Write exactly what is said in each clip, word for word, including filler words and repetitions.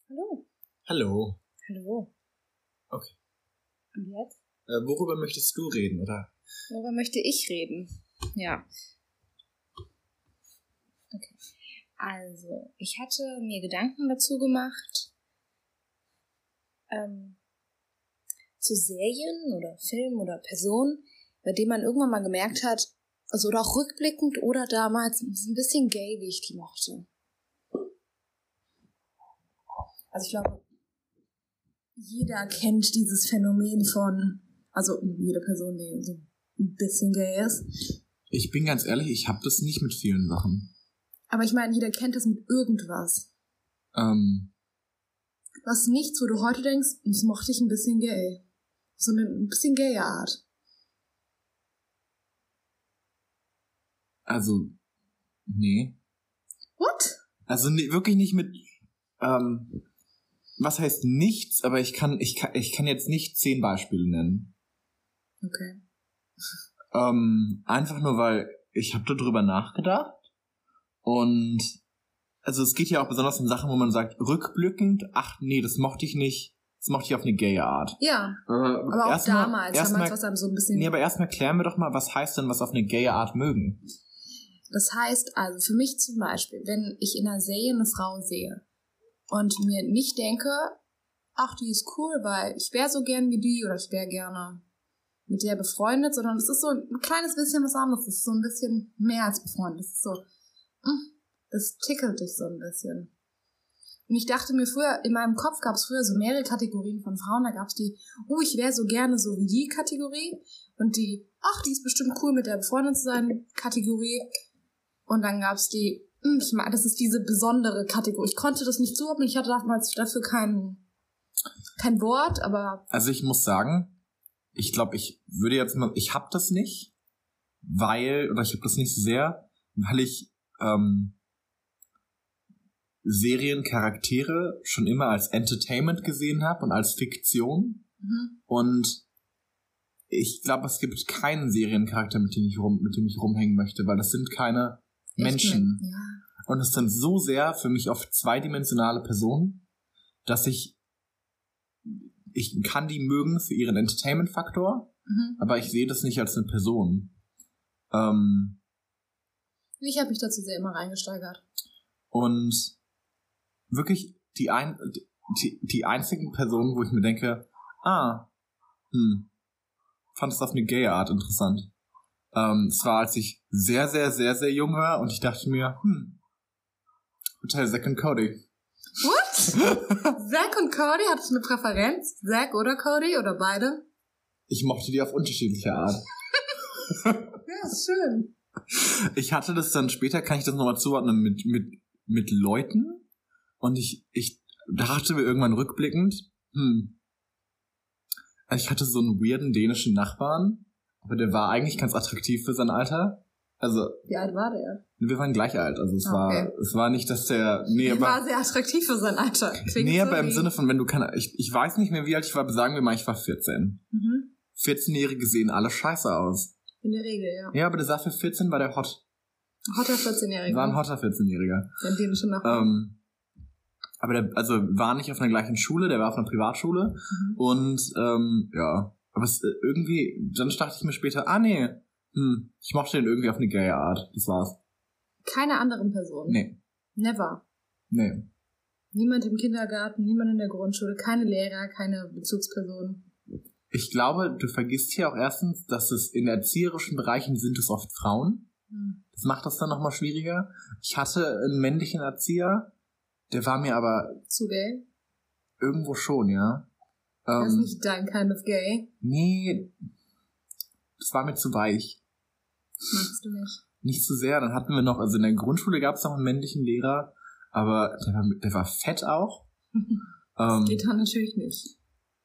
Hallo. Hallo. Hallo. Okay. Und jetzt? Äh, worüber möchtest du reden, oder? Worüber möchte ich reden? Ja. Okay. Also, ich hatte mir Gedanken dazu gemacht, ähm, zu Serien oder Filmen oder Personen, bei denen man irgendwann mal gemerkt hat, also oder auch rückblickend oder damals, ein bisschen gay, wie ich die mochte. Also ich glaube, jeder kennt dieses Phänomen von, also jede Person, die so ein bisschen gay ist. Ich bin ganz ehrlich, ich habe das nicht mit vielen Sachen. Aber ich meine, jeder kennt das mit irgendwas. Ähm. Was nichts, wo du heute denkst, das mochte ich ein bisschen gay. So eine ein bisschen gaye Art. Also, nee. What? Also nee, wirklich nicht mit, ähm, was heißt nichts, aber ich kann, ich kann, ich kann jetzt nicht zehn Beispiele nennen. Okay. Ähm, einfach nur, weil ich habe darüber nachgedacht und also es geht ja auch besonders um Sachen, wo man sagt, rückblickend, ach nee, das mochte ich nicht, das mochte ich auf eine gaye Art. Ja, äh, aber auch erst mal, damals, erst damals mal, was dann so ein bisschen... Nee, aber erstmal klären wir doch mal, was heißt denn, was auf eine gaye Art mögen? Das heißt also, für mich zum Beispiel, wenn ich in einer Serie eine Frau sehe und mir nicht denke, ach, die ist cool, weil ich wäre so gern wie die oder ich wäre gerne mit der befreundet, sondern es ist so ein kleines bisschen was anderes. Es ist so ein bisschen mehr als befreundet. Es ist so, das tickelt dich so ein bisschen. Und ich dachte mir früher, in meinem Kopf gab es früher so mehrere Kategorien von Frauen. Da gab es die, oh, ich wäre so gerne so wie die Kategorie. Und die, ach, die ist bestimmt cool, mit der befreundet zu sein Kategorie. Und dann gab es die, ich meine, das ist diese besondere Kategorie. Ich konnte das nicht zuordnen. Ich hatte damals dafür kein, kein Wort, aber... Also ich muss sagen, ich glaube, ich würde jetzt mal, ich habe das nicht, weil, oder ich habe das nicht so sehr, weil ich ähm, Seriencharaktere schon immer als Entertainment gesehen habe und als Fiktion. Mhm. Und ich glaube, es gibt keinen Seriencharakter, mit dem ich rum, mit dem ich rumhängen möchte, weil das sind keine Menschen. Ja. Und es sind so sehr für mich oft zweidimensionale Personen, dass ich ich kann die mögen für ihren Entertainment-Faktor, Mhm. aber ich sehe das nicht als eine Person. Ähm, Ich habe mich dazu sehr immer reingesteigert. und wirklich die, ein, die, die einzigen Personen, wo ich mir denke, ah, hm, fand es auf eine gaye Art interessant. Ähm, es war, als ich sehr, sehr, sehr, sehr jung war und ich dachte mir, hm, Hotel Zack und Cody. What? Zack und Cody? Hattest du eine Präferenz? Zack oder Cody oder beide? Ich mochte die auf unterschiedliche Art. Ja, ist schön. Ich hatte das dann später, kann ich das nochmal zuordnen, mit, mit, mit Leuten. Und ich, ich dachte mir irgendwann rückblickend, hm, ich hatte so einen weirden dänischen Nachbarn, aber der war eigentlich ganz attraktiv für sein Alter. Also, Wie alt war der? wir waren gleich alt. Also es Okay. war, es war nicht, dass der, nee, Er aber, war sehr attraktiv für sein Alter. Klingt nee, so aber im wie- Sinne von, wenn du keine, ich, ich weiß nicht mehr, wie alt ich war, aber sagen wir mal, ich war vierzehn. Mhm. vierzehn-Jährige sehen alle scheiße aus. In der Regel, ja. Ja, aber der sah für vierzehn, war der hot. Hotter vierzehn-Jähriger. War ein hotter vierzehn-Jähriger. Der dänische Nachbar. Ähm, aber der, also war nicht auf einer gleichen Schule, der war auf einer Privatschule. Mhm. Und, ähm, ja. Aber es, äh, irgendwie, dann dachte ich mir später, ah nee, hm, ich mochte den irgendwie auf eine gaye Art. Das war's. Keine anderen Personen? Nee, Never. nee. Niemand im Kindergarten, niemand in der Grundschule, keine Lehrer, keine Bezugspersonen. Ich glaube, du vergisst hier auch erstens, dass es in erzieherischen Bereichen sind es oft Frauen. Hm. Das macht das dann nochmal schwieriger. Ich hatte einen männlichen Erzieher, der war mir aber Zu gay? irgendwo schon, ja. Das ist Ähm, nicht dein kind of gay. nee, das war mir zu weich. Magst du nicht. Nicht zu sehr. Dann hatten wir noch, also in der Grundschule gab es noch einen männlichen Lehrer, aber der war, der war fett auch. Das ähm, geht dann natürlich nicht.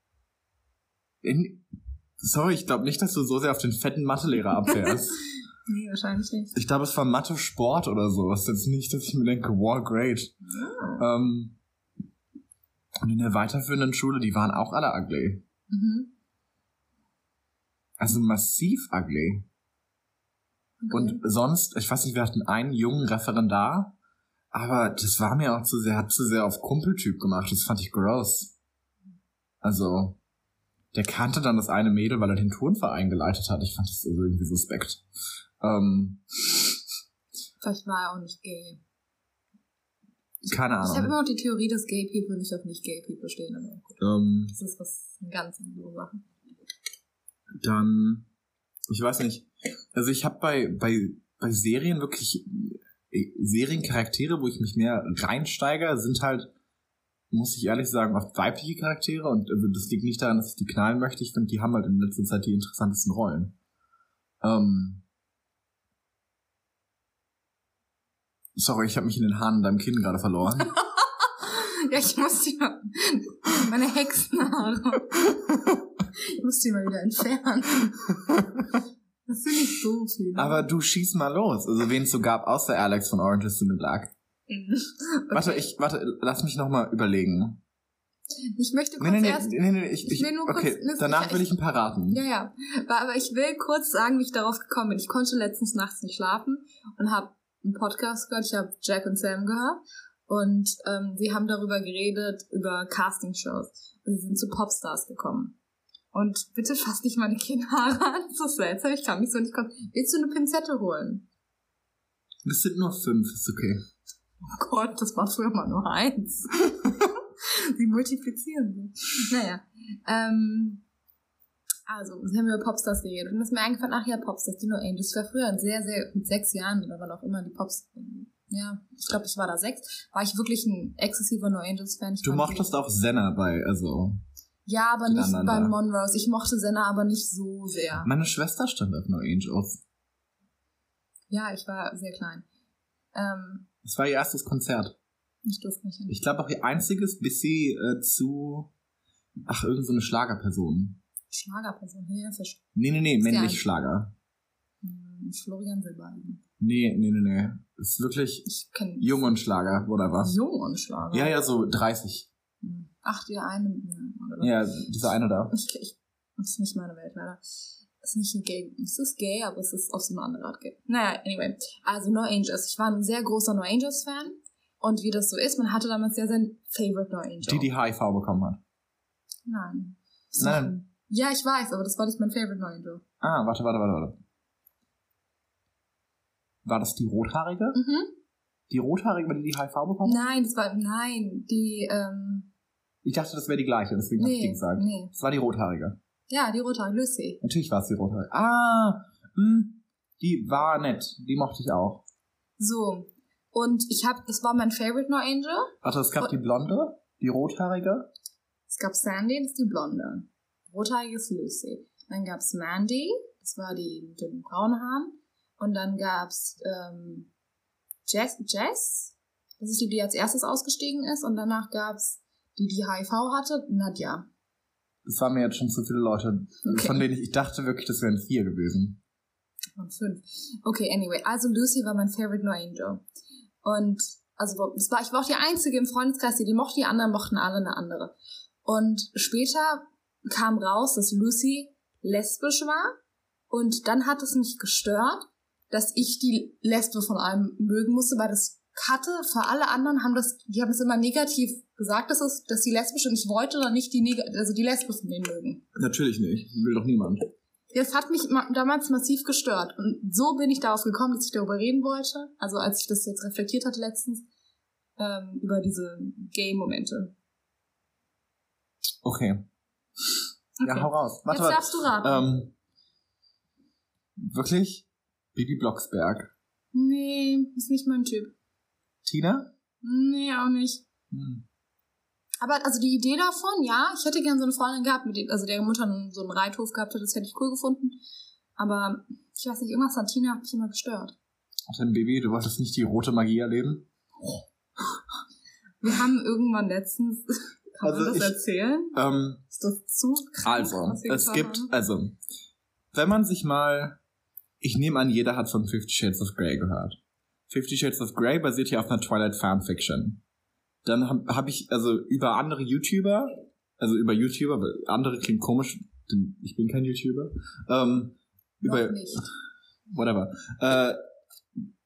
in, sorry, ich glaube nicht, dass du so sehr auf den fetten Mathelehrer abfährst. Nee, wahrscheinlich nicht. Ich glaube, es war Mathe-Sport oder so. Das ist jetzt nicht, dass ich mir denke, wow, great. Ja. Ähm, und in der weiterführenden Schule, die waren auch alle ugly. Mhm. Also massiv ugly. Okay. Und sonst, ich weiß nicht, wir hatten einen jungen Referendar, Aber das war mir auch zu sehr, hat zu sehr auf Kumpeltyp gemacht. Das fand ich gross. Also, der kannte dann das eine Mädel, weil er den Turnverein geleitet hat. Ich fand das also irgendwie suspekt. Ähm, Vielleicht war er auch nicht gay. Keine Ahnung. Ich habe immer noch die Theorie, dass Gay People nicht auf nicht Gay People stehen. Aber gut. Ähm, das ist was eine ganz andere Sache. Dann, ich weiß nicht. Also ich habe bei, bei, bei Serien wirklich Seriencharaktere, wo ich mich mehr reinsteige, sind halt, muss ich ehrlich sagen, oft weibliche Charaktere. Und also das liegt nicht daran, dass ich die knallen möchte. Ich finde, die haben halt in letzter Zeit die interessantesten Rollen. Ähm, Sorry, ich habe mich in den Haaren in deinem Kinn gerade verloren. Ja, ich muss die mal... Meine Hexenhaare. Ich muss die mal wieder entfernen. Das sind nicht so viele. Aber du schieß mal los. Also wen es so gab, außer Alex von Orange is the New Black. Okay. Warte, ich, warte, lass mich nochmal überlegen. Ich möchte kurz nee, nee, erst... Nee, nee, nee, ich, ich will nur okay, kurz... Danach ich, will ich ein paar raten. Ja, ja. Aber ich will kurz sagen, wie ich darauf gekommen bin. Ich konnte letztens nachts nicht schlafen und habe einen Podcast gehört. Ich habe Jack und Sam gehört. Und ähm, sie haben darüber geredet, über Castingshows. Und sie sind zu Popstars gekommen. Und bitte fass nicht meine Kinnhaare an. Das ist seltsam, ich kann mich so nicht kommen. Willst du eine Pinzette holen? Das sind nur fünf, ist okay. Oh Gott, das war früher mal nur eins. Sie multiplizieren sich. Naja, ähm, also, sie haben über Popstars geredet. Und es ist mir eingefallen, ach ja, Popstars, die No Angels. Ich war früher sehr, sehr, mit sechs Jahren, oder wann auch immer, die Pops, ja, ich glaube, ich war da sechs, war ich wirklich ein exzessiver No Angels-Fan. Du mochtest auch Senna bei, also... Ja, aber nicht bei Monrose. Ich mochte Senna aber nicht so sehr. Meine Schwester stand auf No Angels. Ja, ich war sehr klein. Ähm, das war ihr erstes Konzert. Ich durfte nicht hin. Ich glaube auch ihr einziges, bis sie äh, zu... Ach, irgend so eine Schlagerperson. Schlagerperson? Helene Fischer. Nee, nee, nee, männlich Schlager. Hm, Florian Silbereisen. Nee, nee, nee, nee. Ist wirklich Jung und Schlager, oder was? Jung und Schlager? Ja, ja, so dreißig. Ach, der eine. Oder? Ja, dieser eine da. Ich, ich, das ist nicht meine Welt, leider. Es ist nicht ein gay. Es ist gay, aber es ist auf so eine andere Art gay. Naja, anyway. Also No Angels. Ich war ein sehr großer No Angels-Fan. Und wie das so ist, man hatte damals sehr sein Favorite No Angel. Die, die H I V bekommen hat. Nein. So. Nein. Ja, ich weiß, aber das war nicht mein Favorite No Angel. Ah, warte, warte, warte, warte. War das die Rothaarige? Mhm. Die Rothaarige, bei der die H I V bekommen hat? Nein, das war, nein, die, ähm... Ich dachte, das wäre die gleiche, deswegen nee, habe ich die gesagt. Nee. Das war die Rothaarige. Ja, die Rothaarige, Lucy. Natürlich war es die Rothaarige. Ah, mh, die war nett. Die mochte ich auch. So. Und ich hab, das war mein Favorite No Angel. Warte, es gab und, die Blonde, die Rothaarige. Es gab Sandy, das ist die Blonde. Rothaarige ist Lucy. Dann gab's Mandy, das war die mit den braunen Haaren. Und dann gab's ähm, Jess, Jess, das ist die, die als erstes ausgestiegen ist. Und danach gab's die, die H I V hatte, Nadja. Das waren mir jetzt schon zu viele Leute, okay. Von denen ich, ich dachte wirklich, das wären vier gewesen. Und fünf. Okay, anyway. Also Lucy war mein Favorite No Angel. Und also das war, ich war auch die Einzige im Freundeskreis, die die mochte, die anderen mochten alle eine andere. Und später kam raus, dass Lucy lesbisch war. Und dann hat es mich gestört, dass ich die Lesbe von allem mögen musste, weil das hatte für alle anderen, haben das, die haben es immer negativ gesagt, dass, es, dass die lesbisch und ich wollte dann nicht die, Neg- also die Lesbe von denen mögen. Natürlich nicht. Will doch niemand. Das hat mich ma- damals massiv gestört. Und so bin ich darauf gekommen, dass ich darüber reden wollte. Also als ich das jetzt reflektiert hatte letztens, ähm, über diese Gay-Momente. Okay. okay. Ja, hau raus. Warte, jetzt warte. darfst du raten. Ähm, wirklich? Bibi Blocksberg. Nee, ist nicht mein Typ. Tina? Nee, auch nicht. Hm. Aber also die Idee davon, ja, ich hätte gern so eine Freundin gehabt, mit dem, also der Mutter so einen Reithof gehabt hat, das hätte ich cool gefunden. Aber ich weiß nicht, irgendwas an Tina hat mich immer gestört. Ach denn, Baby, du wolltest nicht die rote Magie erleben? Wir haben irgendwann letztens, kann also man das ich, erzählen? Ähm, Ist das zu krass? Also, es gibt, haben? also, wenn man sich mal, ich nehme an, jeder hat von Fifty Shades of Grey gehört. Fifty Shades of Grey basiert ja auf einer Twilight Fanfiction. Dann habe hab ich, also über andere YouTuber, also über YouTuber, weil andere klingt komisch, denn ich bin kein YouTuber, ähm, Noch über, nicht. whatever, äh,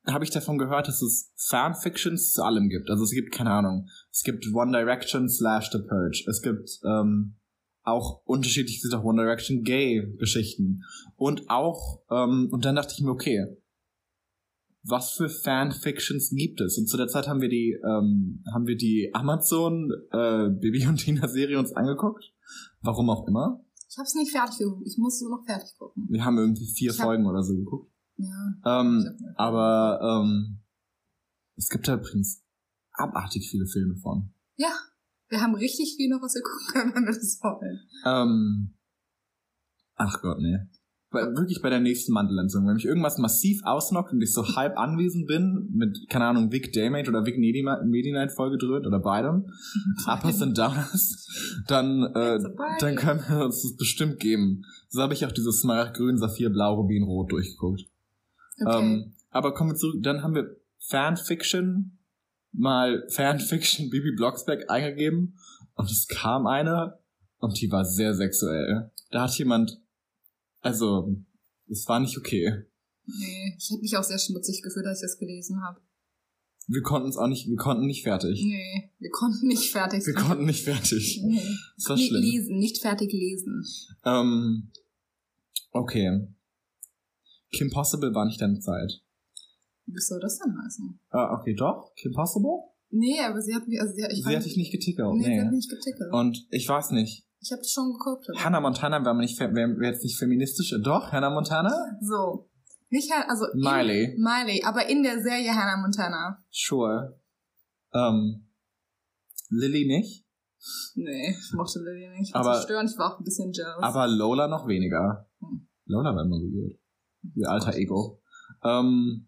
habe ich davon gehört, dass es Fanfictions zu allem gibt. Also es gibt, keine Ahnung, es gibt One Direction slash The Purge. Es gibt ähm, auch unterschiedlich, sind auch One Direction Gay-Geschichten. Und auch, ähm, und dann dachte ich mir, okay, was für Fanfictions gibt es? Und zu der Zeit haben wir die, ähm, haben wir die Amazon äh, Bibi und Tina Serie uns angeguckt. Warum auch immer. Ich hab's nicht fertig geguckt. Ich muss so noch fertig gucken. Wir haben irgendwie vier Ich Folgen oder so geguckt. Ja. Ähm, aber ähm, es gibt da übrigens abartig viele Filme von. Ja, wir haben richtig viel noch, was wir gucken können, wenn wir das wollen. Ähm, ach Gott, nee. Bei, wirklich bei der nächsten Mantelentzündung. Wenn mich irgendwas massiv ausnockt und ich so halb anwesend bin, mit, keine Ahnung, Vic Daymate oder Vic Medi-Night vollgedröhnt oder beidem, Uppers and Downers, dann, äh, dann können wir uns das bestimmt geben. So habe ich auch dieses Smaragd-Grün, Saphir, Blau, Rubin, Rot durchgeguckt. Okay. Ähm, aber kommen wir zurück, dann haben wir Fanfiction, mal Fanfiction Bibi Blocksberg eingegeben und es kam eine und die war sehr sexuell. Da hat jemand, also, es war nicht okay. Nee, ich habe mich auch sehr schmutzig gefühlt, als ich das gelesen habe. Wir konnten es auch nicht, wir konnten nicht fertig. Nee, wir konnten nicht fertig. Wir konnten nicht fertig. Nee. Das war nicht schlimm. lesen, nicht fertig lesen. Ähm, okay. Kim Possible war nicht deine Zeit. Was soll das denn heißen? Ah, okay, doch. Kim Possible? Nee, aber sie hat mich, also sie, ich sie hat dich nicht getickert. Nee, nee, sie hat mich nicht getickert. Und ich weiß nicht. Ich habe das schon geguckt. Oder? Hannah Montana wäre nicht, wär, wär jetzt nicht feministisch. Doch, Hannah Montana? So. Nicht, also Miley. In, Miley, aber in der Serie Hannah Montana. Sure. Ähm, Lily nicht? Nee, ich mochte Lily nicht. Aber, so störend, ich war auch ein bisschen jealous. Aber Lola noch weniger. Hm. Lola war immer so gut. Ihr alter Ego. Ähm,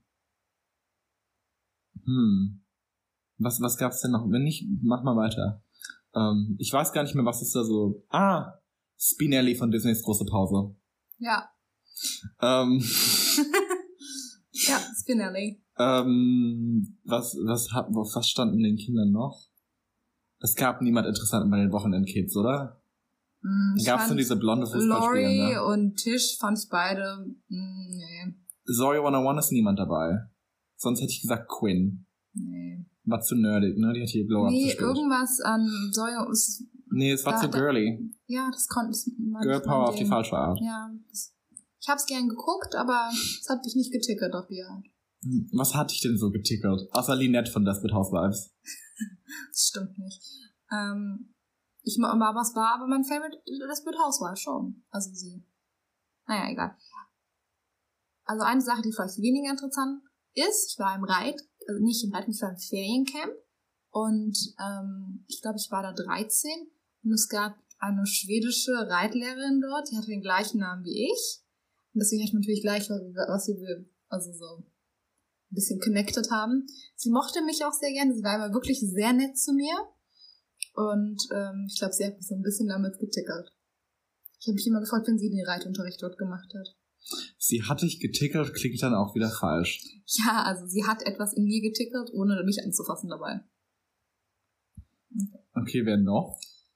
hm. Was, was gab's denn noch? Wenn nicht, mach mal weiter. Ähm, ich weiß gar nicht mehr, was ist da so. Ah, Spinelli von Disneys Große Pause. Ja. Ähm, ja, Spinelli. Ähm, was, was, hat, was stand in den Kindern noch? Es gab niemand Interessanten bei den Wochenendkids, oder? Mm, Gab's nur diese blonde Fußballspielerin? Lori und Tisch fand ich beide, mm, nee. Zoe hundertundeins ist niemand dabei. Sonst hätte ich gesagt Quinn. Nee. War zu nerdig, ne? Die hat hier Glow-Up Nee, gespielt. irgendwas an Zoe ist... Nee, es war da, zu girly. Da, ja, das konnte... Girl Power auf die falsche Art. Ja, das, ich hab's gern geguckt, aber es hat mich nicht getickert auf die Art. Was hat dich denn so getickert? Außer Lynette von Desperate Housewives. Das stimmt nicht. Ähm, ich war, was war aber mein Favorite Desperate Housewives schon. Also sie. Naja, egal. Also eine Sache, die vielleicht weniger interessant ist, ich war im Reit, also nicht im Reit, ich war im Feriencamp und ähm, ich glaube, ich war da dreizehn und es gab eine schwedische Reitlehrerin dort, die hatte den gleichen Namen wie ich und deswegen hatte ich natürlich gleich, was sie will, also so ein bisschen connected haben. Sie mochte mich auch sehr gerne, sie war immer wirklich sehr nett zu mir und ähm, ich glaube, sie hat mich so ein bisschen damit getickert. Ich habe mich immer gefreut, wenn sie den Reitunterricht dort gemacht hat. Sie hat dich getickert, klingt dann auch wieder falsch. Ja, also sie hat etwas in mir getickert, ohne mich anzufassen dabei. Okay, okay, wer noch?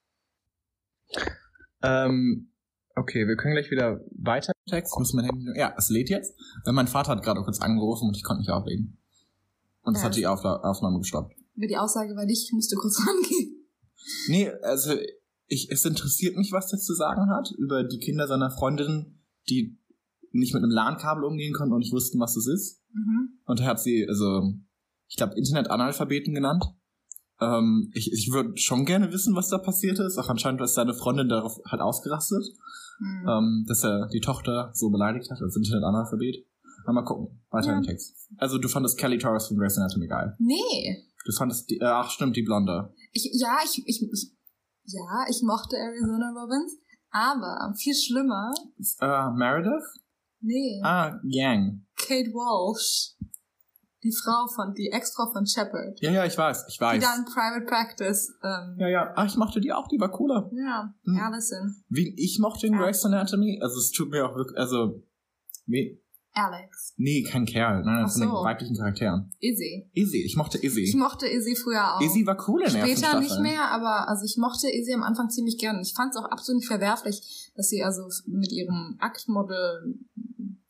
Ähm, okay, wir können gleich wieder weiter. Text. Muss mein Handy, ja, es lädt jetzt. Mein Vater hat gerade kurz angerufen und ich konnte nicht auflegen. Und das ja, hat die Aufla- Aufnahme gestoppt. Die Aussage war nicht, ich musste kurz rangehen. Nee, also ich, es interessiert mich, was der zu sagen hat über die Kinder seiner Freundin, die nicht mit einem LAN-Kabel umgehen konnten und nicht wussten, was das ist. Mhm. Und er hat sie, also, ich glaube, Internet-Analphabeten genannt. Ähm, ich ich würde schon gerne wissen, was da passiert ist. Auch anscheinend ist seine Freundin darauf halt ausgerastet, mhm. ähm, dass er die Tochter so beleidigt hat als Internet-Analphabet. Mal gucken, weiter ja. im Text. Also du fandest Kelly Torres von Grey's Anatomy geil? Nee. Du fandest die, äh, ach stimmt, die Blonde. Ich, ja, ich, ich, ich, ja, ich mochte Arizona Robbins, aber viel schlimmer. Äh, Meredith? Nee. Ah, Yang. Kate Walsh. Die Frau von, die Ex-Frau von Shepard. Ja, ja, ich weiß, ich weiß. Die dann Private Practice. Ähm, ja, ja. Ach, ich mochte die auch, die war cooler. Ja, hm. Allison. Wie ich mochte in ja. Grey's Anatomy, also es tut mir auch wirklich, also, wie? Alex. Nee, kein Kerl, nein, das sind so. weiblichen Charakteren. Izzy. Izzy, ich mochte Izzy. Ich mochte Izzy früher auch. Izzy war cool in der ersten Später Staffel. nicht mehr, aber also ich mochte Izzy am Anfang ziemlich gern. Ich fand es auch absolut nicht verwerflich, dass sie also mit ihrem Aktmodel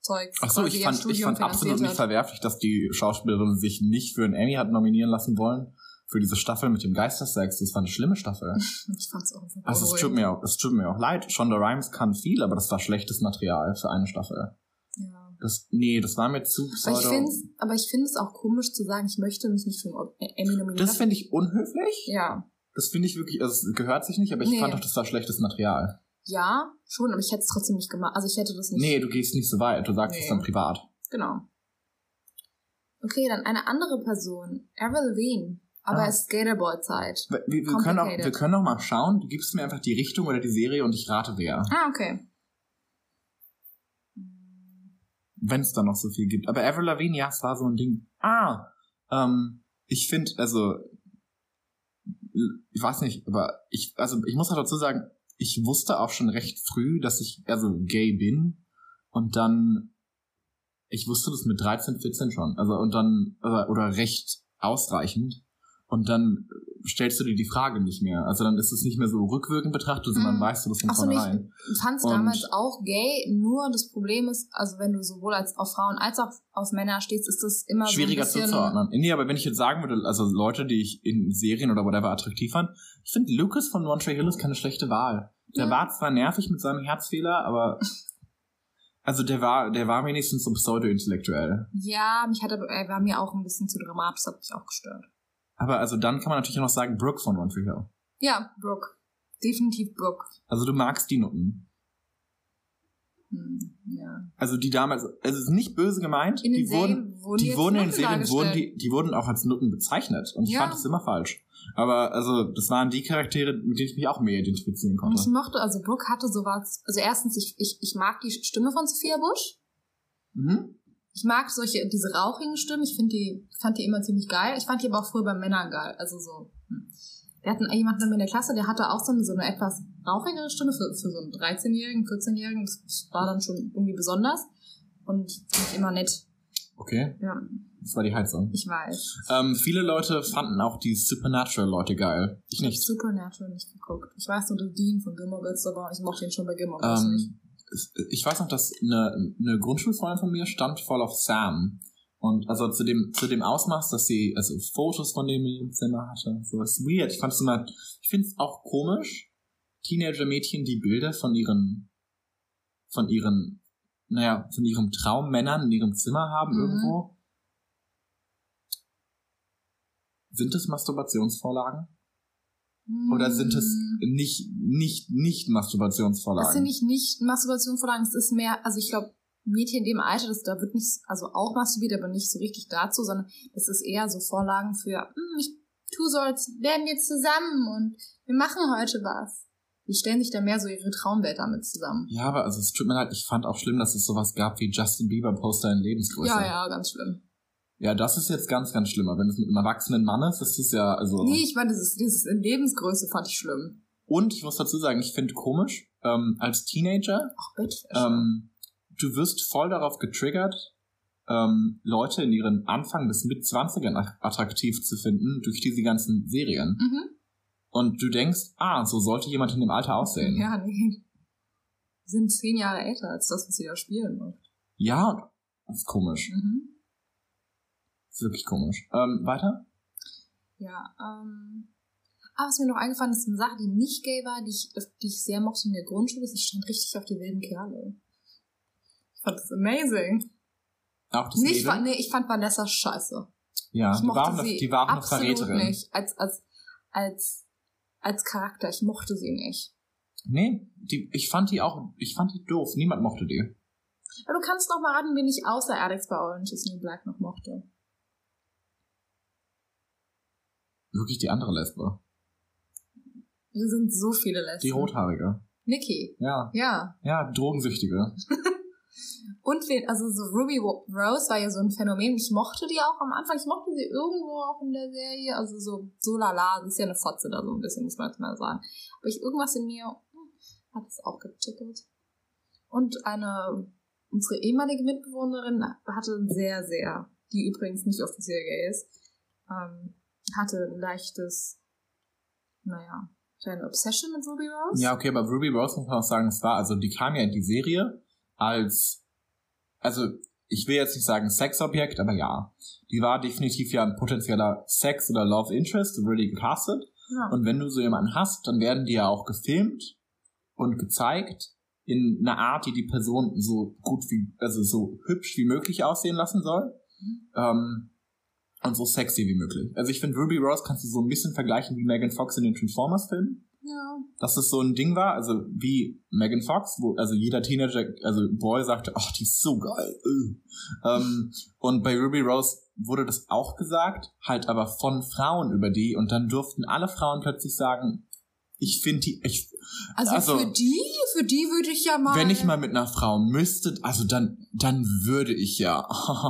Zeug. Achso, ich fand, ich fand absolut nicht verwerflich, dass die Schauspielerin sich nicht für einen Emmy hat nominieren lassen wollen. Für diese Staffel mit dem Geistersex. Das war eine schlimme Staffel. Ich fand's auch einfach Also es tut mir auch, es tut mir auch leid. Shonda Rhimes kann viel, aber das war schlechtes Material für eine Staffel. Ja. Das, nee, das war mir zu pseudo. Aber ich find's, aber ich finde es auch komisch zu sagen, ich möchte mich nicht für einen Emmy nominieren. Das finde ich unhöflich. Ja. Das finde ich wirklich, also es gehört sich nicht, aber ich nee. fand doch, das war schlechtes Material. Ja, schon, aber ich hätte es trotzdem nicht gemacht. Also ich hätte das nicht... Nee, du gehst nicht so weit. Du sagst es nee. dann privat. Genau. Okay, dann eine andere Person. Avril Lavigne. Aber ah. es ist Skaterboy-Zeit. Wir, wir, können auch, wir können auch mal schauen. Du gibst mir einfach die Richtung oder die Serie und ich rate wer. Ah, okay. Wenn es da noch so viel gibt. Aber Avril Lavigne, ja, es war so ein Ding. Ah, ähm, ich finde, also, ich weiß nicht, aber ich, also ich muss auch dazu sagen, ich wusste auch schon recht früh, dass ich also gay bin. Und dann, ich wusste das mit dreizehn, vierzehn schon. Also, und dann, oder, oder recht ausreichend. Und dann stellst du dir die Frage nicht mehr. Also dann ist es nicht mehr so rückwirkend betrachtet, sondern mm. weißt du das von vornherein. Ich fand es damals auch gay, nur das Problem ist, also wenn du sowohl als auf Frauen als auch auf Männer stehst, ist das immer schwieriger so ein bisschen... zuzuordnen. Nee, aber wenn ich jetzt sagen würde, also Leute, die ich in Serien oder whatever attraktiv fand, ich finde Lucas von One Tree Hill ist keine schlechte Wahl. Der ja. war zwar nervig mit seinem Herzfehler, aber... Also der war, der war wenigstens so pseudo-intellektuell. Ja, mich hat aber, er war mir auch ein bisschen zu dramatisch, das hat mich auch gestört. Aber also dann kann man natürlich auch noch sagen, Brooke von One Tree Hill. Ja, Brooke. Definitiv Brooke. Also du magst die Nutten. Hm, ja. Also die damals, also es ist nicht böse gemeint. In den die Serien wurden, wurden die wurden in den Serien wurden die, die, wurden auch als Nutten bezeichnet. Und ich ja. fand das immer falsch. Aber also das waren die Charaktere, mit denen ich mich auch mehr identifizieren konnte. Und ich mochte, also Brooke hatte sowas, also erstens, ich, ich, ich mag die Stimme von Sophia Bush. Mhm. Ich mag solche, diese rauchigen Stimmen, ich finde die, fand die immer ziemlich geil. Ich fand die aber auch früher bei Männern geil, also so. Hm. Wir hatten jemanden in der Klasse, der hatte auch so eine, so eine etwas rauchigere Stimme für, für so einen dreizehnjährigen, vierzehnjährigen, das war dann schon irgendwie besonders und fand ich immer nett. Okay. Ja. Das war die Heizung. Ich weiß. Ähm, viele Leute fanden auch die Supernatural-Leute geil. Ich nicht. Ich hab Supernatural nicht geguckt. Ich weiß nur, der Dean von Gilmore Girls aber ich mochte ihn schon bei Gilmore Girls ähm, nicht. Ich weiß noch, dass eine, eine Grundschulfreundin von mir stand voll auf Sam. Und also zu dem, zu dem Ausmaß, dass sie also Fotos von dem im Zimmer hatte. So ist weird. Ich fand es immer, ich finde es auch komisch, Teenager-Mädchen die Bilder von ihren, von ihren, naja, von ihren Traummännern in ihrem Zimmer haben mhm. irgendwo. Sind es Masturbationsvorlagen? Oder sind es nicht, nicht, nicht Masturbationsvorlagen? Das sind nicht, nicht Masturbationsvorlagen, es ist mehr, also ich glaube, Mädchen in dem Alter, das, da wird nicht, also auch masturbiert, aber nicht so richtig dazu, sondern das ist eher so Vorlagen für, hm, ich tu so, als wären wir zusammen und wir machen heute was. Die stellen sich da mehr so ihre Traumwelt damit zusammen. Ja, aber also es tut mir leid, ich fand auch schlimm, dass es sowas gab wie Justin Bieber Poster in Lebensgröße. Ja, ja, ganz schlimm. Ja, das ist jetzt ganz, ganz schlimmer. Wenn es mit einem erwachsenen Mann ist, ist es ja, also... Nee, ich meine, dieses, dieses in Lebensgröße fand ich schlimm. Und ich muss dazu sagen, ich finde komisch, ähm, als Teenager, Ach, bitte. Ähm, du wirst voll darauf getriggert, ähm, Leute in ihren Anfang bis Mitzwanzigern attraktiv zu finden durch diese ganzen Serien. Mhm. Und du denkst, ah, so sollte jemand in dem Alter aussehen. Ja, nee. Die sind zehn Jahre älter als das, was sie da spielen. Oft. Ja, das ist komisch. Mhm. Das ist wirklich komisch. Ähm, weiter? Ja, ähm... Ah, was mir noch eingefallen ist, eine Sache, die nicht gay war, die ich, die ich sehr mochte in der Grundschule, ist, ich stand richtig auf die wilden Kerle. Ich fand das amazing. Auch das nicht, fa- Nee, ich fand Vanessa scheiße. Ja, ich die war auch eine, die war auch eine Verräterin. Nicht. Als, als, als, als Charakter, ich mochte sie nicht. Nee, die, ich fand die auch, ich fand die doof. Niemand mochte die. Aber du kannst noch mal raten, wen ich außer Alex bei Orange is the New Black noch mochte. Wirklich die andere Lesbe. Wir sind so viele Lesben. Die Rothaarige. Nikki. Ja. Ja. Ja, Drogensüchtige. Und wen, also so Ruby Rose war ja so ein Phänomen. Ich mochte die auch am Anfang. Ich mochte sie irgendwo auch in der Serie. Also so, so lala. Sie ist ja eine Fotze da so ein bisschen, muss man jetzt mal sagen. Aber ich, irgendwas in mir hm, hat es auch getickelt. Und eine, unsere ehemalige Mitbewohnerin hatte ein sehr, sehr, die übrigens nicht offiziell gay ist, ähm, hatte ein leichtes, naja, kleine Obsession mit Ruby Rose. Ja, okay, aber Ruby Rose muss man auch sagen, es war, also die kam ja in die Serie als, also ich will jetzt nicht sagen Sexobjekt, aber ja. Die war definitiv ja ein potenzieller Sex- oder Love Interest, so wurde die gecastet. Ja. Und wenn du so jemanden hast, dann werden die ja auch gefilmt und gezeigt in einer Art, die die Person so gut wie, also so hübsch wie möglich aussehen lassen soll. Mhm. Ähm, und so sexy wie möglich. Also ich finde, Ruby Rose kannst du so ein bisschen vergleichen wie Megan Fox in den Transformers-Filmen. Ja. Dass das so ein Ding war, also wie Megan Fox, wo also jeder Teenager, also Boy sagte, ach, die ist so geil. ähm, und bei Ruby Rose wurde das auch gesagt, halt aber von Frauen über die, und dann durften alle Frauen plötzlich sagen, ich finde die, ich, also, also für die, für die würde ich ja mal, wenn ich mal mit einer Frau müsste, also dann, dann würde ich ja.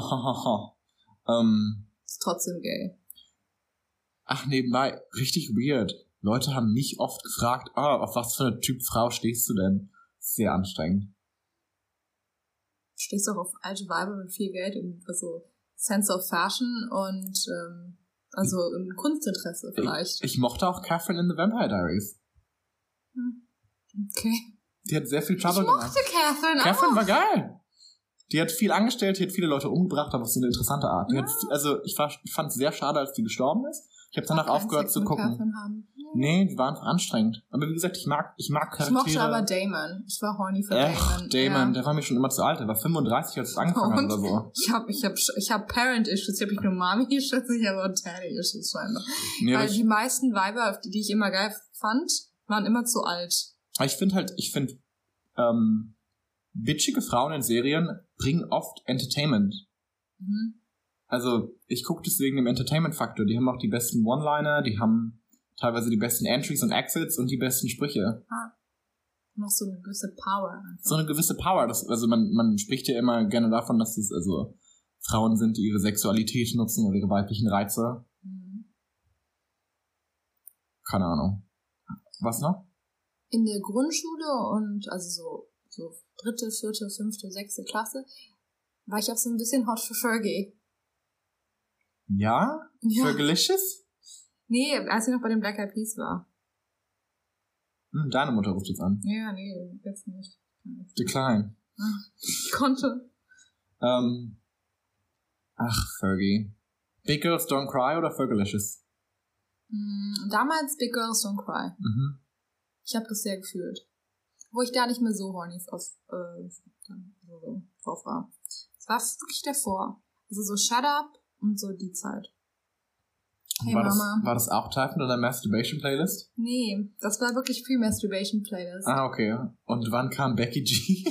ähm, ist trotzdem gay. Ach, nebenbei, richtig weird. Leute haben mich oft gefragt, oh, auf was für eine Typ Frau stehst du denn? Sehr anstrengend. Stehst du auch auf alte Weiber mit viel Geld und also Sense of Fashion und ähm, also ein Kunstinteresse vielleicht. Ich, ich mochte auch Catherine in the Vampire Diaries. Hm. Okay. Die hat sehr viel Trouble gemacht. Ich mochte Catherine Catherine auch. war geil. Die hat viel angestellt, die hat viele Leute umgebracht, aber auf so eine interessante Art. Die ja. hat, also ich, war, ich fand es sehr schade, als die gestorben ist. Ich habe danach aufgehört zu gucken. Nee, die waren einfach anstrengend. Aber wie gesagt, ich mag, ich mag Charaktere. Ich mochte aber Damon. Ich war horny für Ach, Damon. Damon, ja. der war mir schon immer zu alt. Der war fünfunddreißig, als es angefangen hat oder so. Ich habe ich hab, ich hab Parent-Issues. Ich habe nicht nur Mommy-Issues, ich habe auch Daddy-Issues scheinbar. Nee, weil die meisten Weiber, die ich immer geil fand, waren immer zu alt. Aber ich finde halt, ich finde, ähm, bitchige Frauen in Serien bringen oft Entertainment. Mhm. Also, ich gucke deswegen im Entertainment-Faktor. Die haben auch die besten One-Liner, die haben teilweise die besten Entries und Exits und die besten Sprüche. Ah. Noch so eine gewisse Power. Einfach. So eine gewisse Power. Das, also man, man spricht ja immer gerne davon, dass es also Frauen sind, die ihre Sexualität nutzen oder ihre weiblichen Reize. Mhm. Keine Ahnung. Was noch? In der Grundschule und also so, so dritte, vierte, fünfte, sechste Klasse war ich auch so ein bisschen hot für Fergie. Ja? Ja. Fergalicious? Nee, als ich noch bei den Black Eyed Peas war. Hm, deine Mutter ruft jetzt an. Ja, nee, jetzt nicht. Decline. Ich konnte. Ähm, ach, Fergie. Big Girls Don't Cry oder Fergalicious? Mm, damals Big Girls Don't Cry. Mhm. Ich habe das sehr gefühlt. Wo ich da nicht mehr so horny auf, äh, so drauf war. Es war wirklich davor. Also so Shut Up und so die Zeit. Hey war, Mama. Das, war das auch Teil von deiner Masturbation-Playlist? Nee, das war wirklich Pre-Masturbation-Playlist. Ah, okay. Und wann kam Becky G?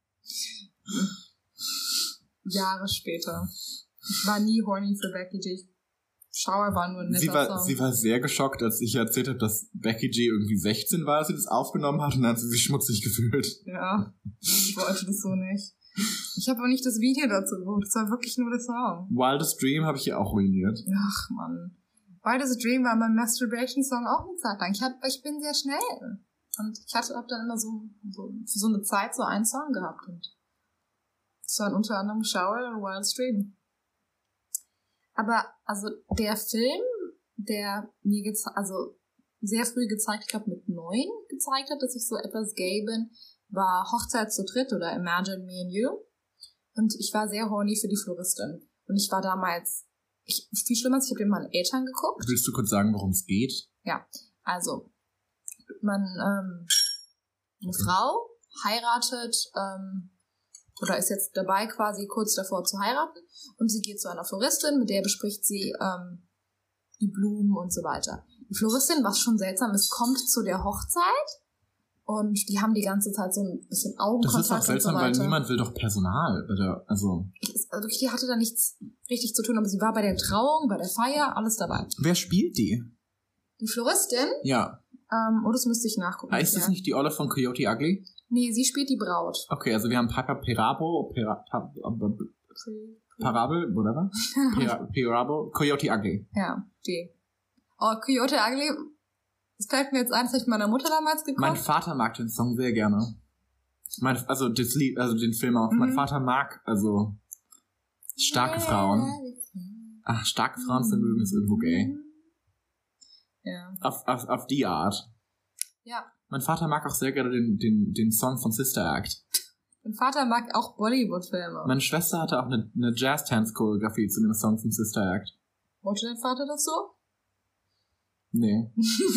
Jahre später. Ich war nie horny für Becky G. Shower war nur ein netter sie war, Song. Sie war sehr geschockt, als ich erzählt habe, dass Becky G irgendwie sechzehn war, als sie das aufgenommen hat, und dann hat sie sich schmutzig gefühlt. Ja, ich wollte das so nicht. Ich habe auch nicht das Video dazu geguckt, es war wirklich nur der Song. Wildest Dream habe ich hier auch ruiniert. Ach, Mann. Wildest Dream war mein Masturbation-Song auch eine Zeit lang. Ich, hab, ich bin sehr schnell. Und ich hatte hab dann immer so, so für so eine Zeit so einen Song gehabt. Und das waren unter anderem Shower und Wildest Dream. Aber, also, der Film, der mir geze- also sehr früh gezeigt, ich glaube mit neun gezeigt hat, dass ich so etwas gay bin, war Hochzeit zu dritt oder Imagine Me and You. Und ich war sehr horny für die Floristin. Und ich war damals, ich, viel schlimmer, ich habe den meinen Eltern geguckt. Willst du kurz sagen, worum es geht? Ja, also, man, ähm, eine Frau heiratet, ähm, oder ist jetzt dabei, quasi kurz davor zu heiraten, und sie geht zu einer Floristin, mit der bespricht sie ähm, die Blumen und so weiter. Die Floristin, was schon seltsam ist, kommt zu der Hochzeit und die haben die ganze Zeit so ein bisschen Augenkontakt. Das ist auch seltsam, und so weiter. weil niemand will doch Personal bei der, also... Ich, also die hatte da nichts richtig zu tun, aber sie war bei der Trauung, bei der Feier, alles dabei. Wer spielt die? Die Floristin? Ja. Ähm, oh, das müsste ich nachgucken. Ah, ist das ja. nicht die Olle von Coyote Ugly? Nee, sie spielt die Braut. Okay, also wir haben Piper Perabo, Pera, pa, Parabel, whatever. Pera, Perabo, Coyote Ugly. Ja, die. Oh, Coyote Ugly, das fällt mir jetzt ein, das habe ich meiner Mutter damals geguckt. Mein Vater mag den Song sehr gerne. Mein, also das Lied, also den Film auch. Mhm. Mein Vater mag, also starke Frauen. Ach, starke Frauen zu mögen ist irgendwo gay. Ja. Auf, auf, auf die Art. Ja. Mein Vater mag auch sehr gerne den, den, den Song von Sister Act. Mein Vater mag auch Bollywood-Filme. Meine Schwester hatte auch eine, eine Jazz-Dance-Choreografie zu dem Song von Sister Act. Wollte dein Vater das so? Nee.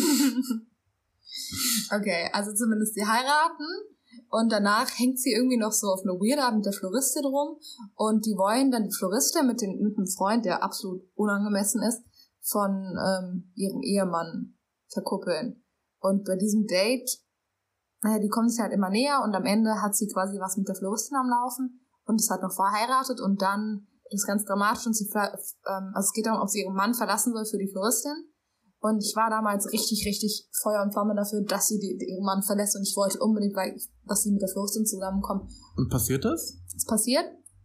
Okay, also zumindest sie heiraten und danach hängt sie irgendwie noch so auf eine weirde Art mit der Floristin rum und die wollen dann die Floristin mit, den, mit einem Freund, der absolut unangemessen ist, von ähm, ihrem Ehemann verkuppeln. Und bei diesem Date, naja, die kommen sich halt immer näher und am Ende hat sie quasi was mit der Floristin am Laufen und ist halt noch verheiratet und dann, das ist ganz dramatisch und sie, ähm, also es geht darum, ob sie ihren Mann verlassen soll für die Floristin. Und ich war damals richtig, richtig Feuer und Flamme dafür, dass sie die, die, ihren Mann verlässt und ich wollte unbedingt, weil, dass sie mit der Floristin zusammenkommen. Und passiert das? Es passiert.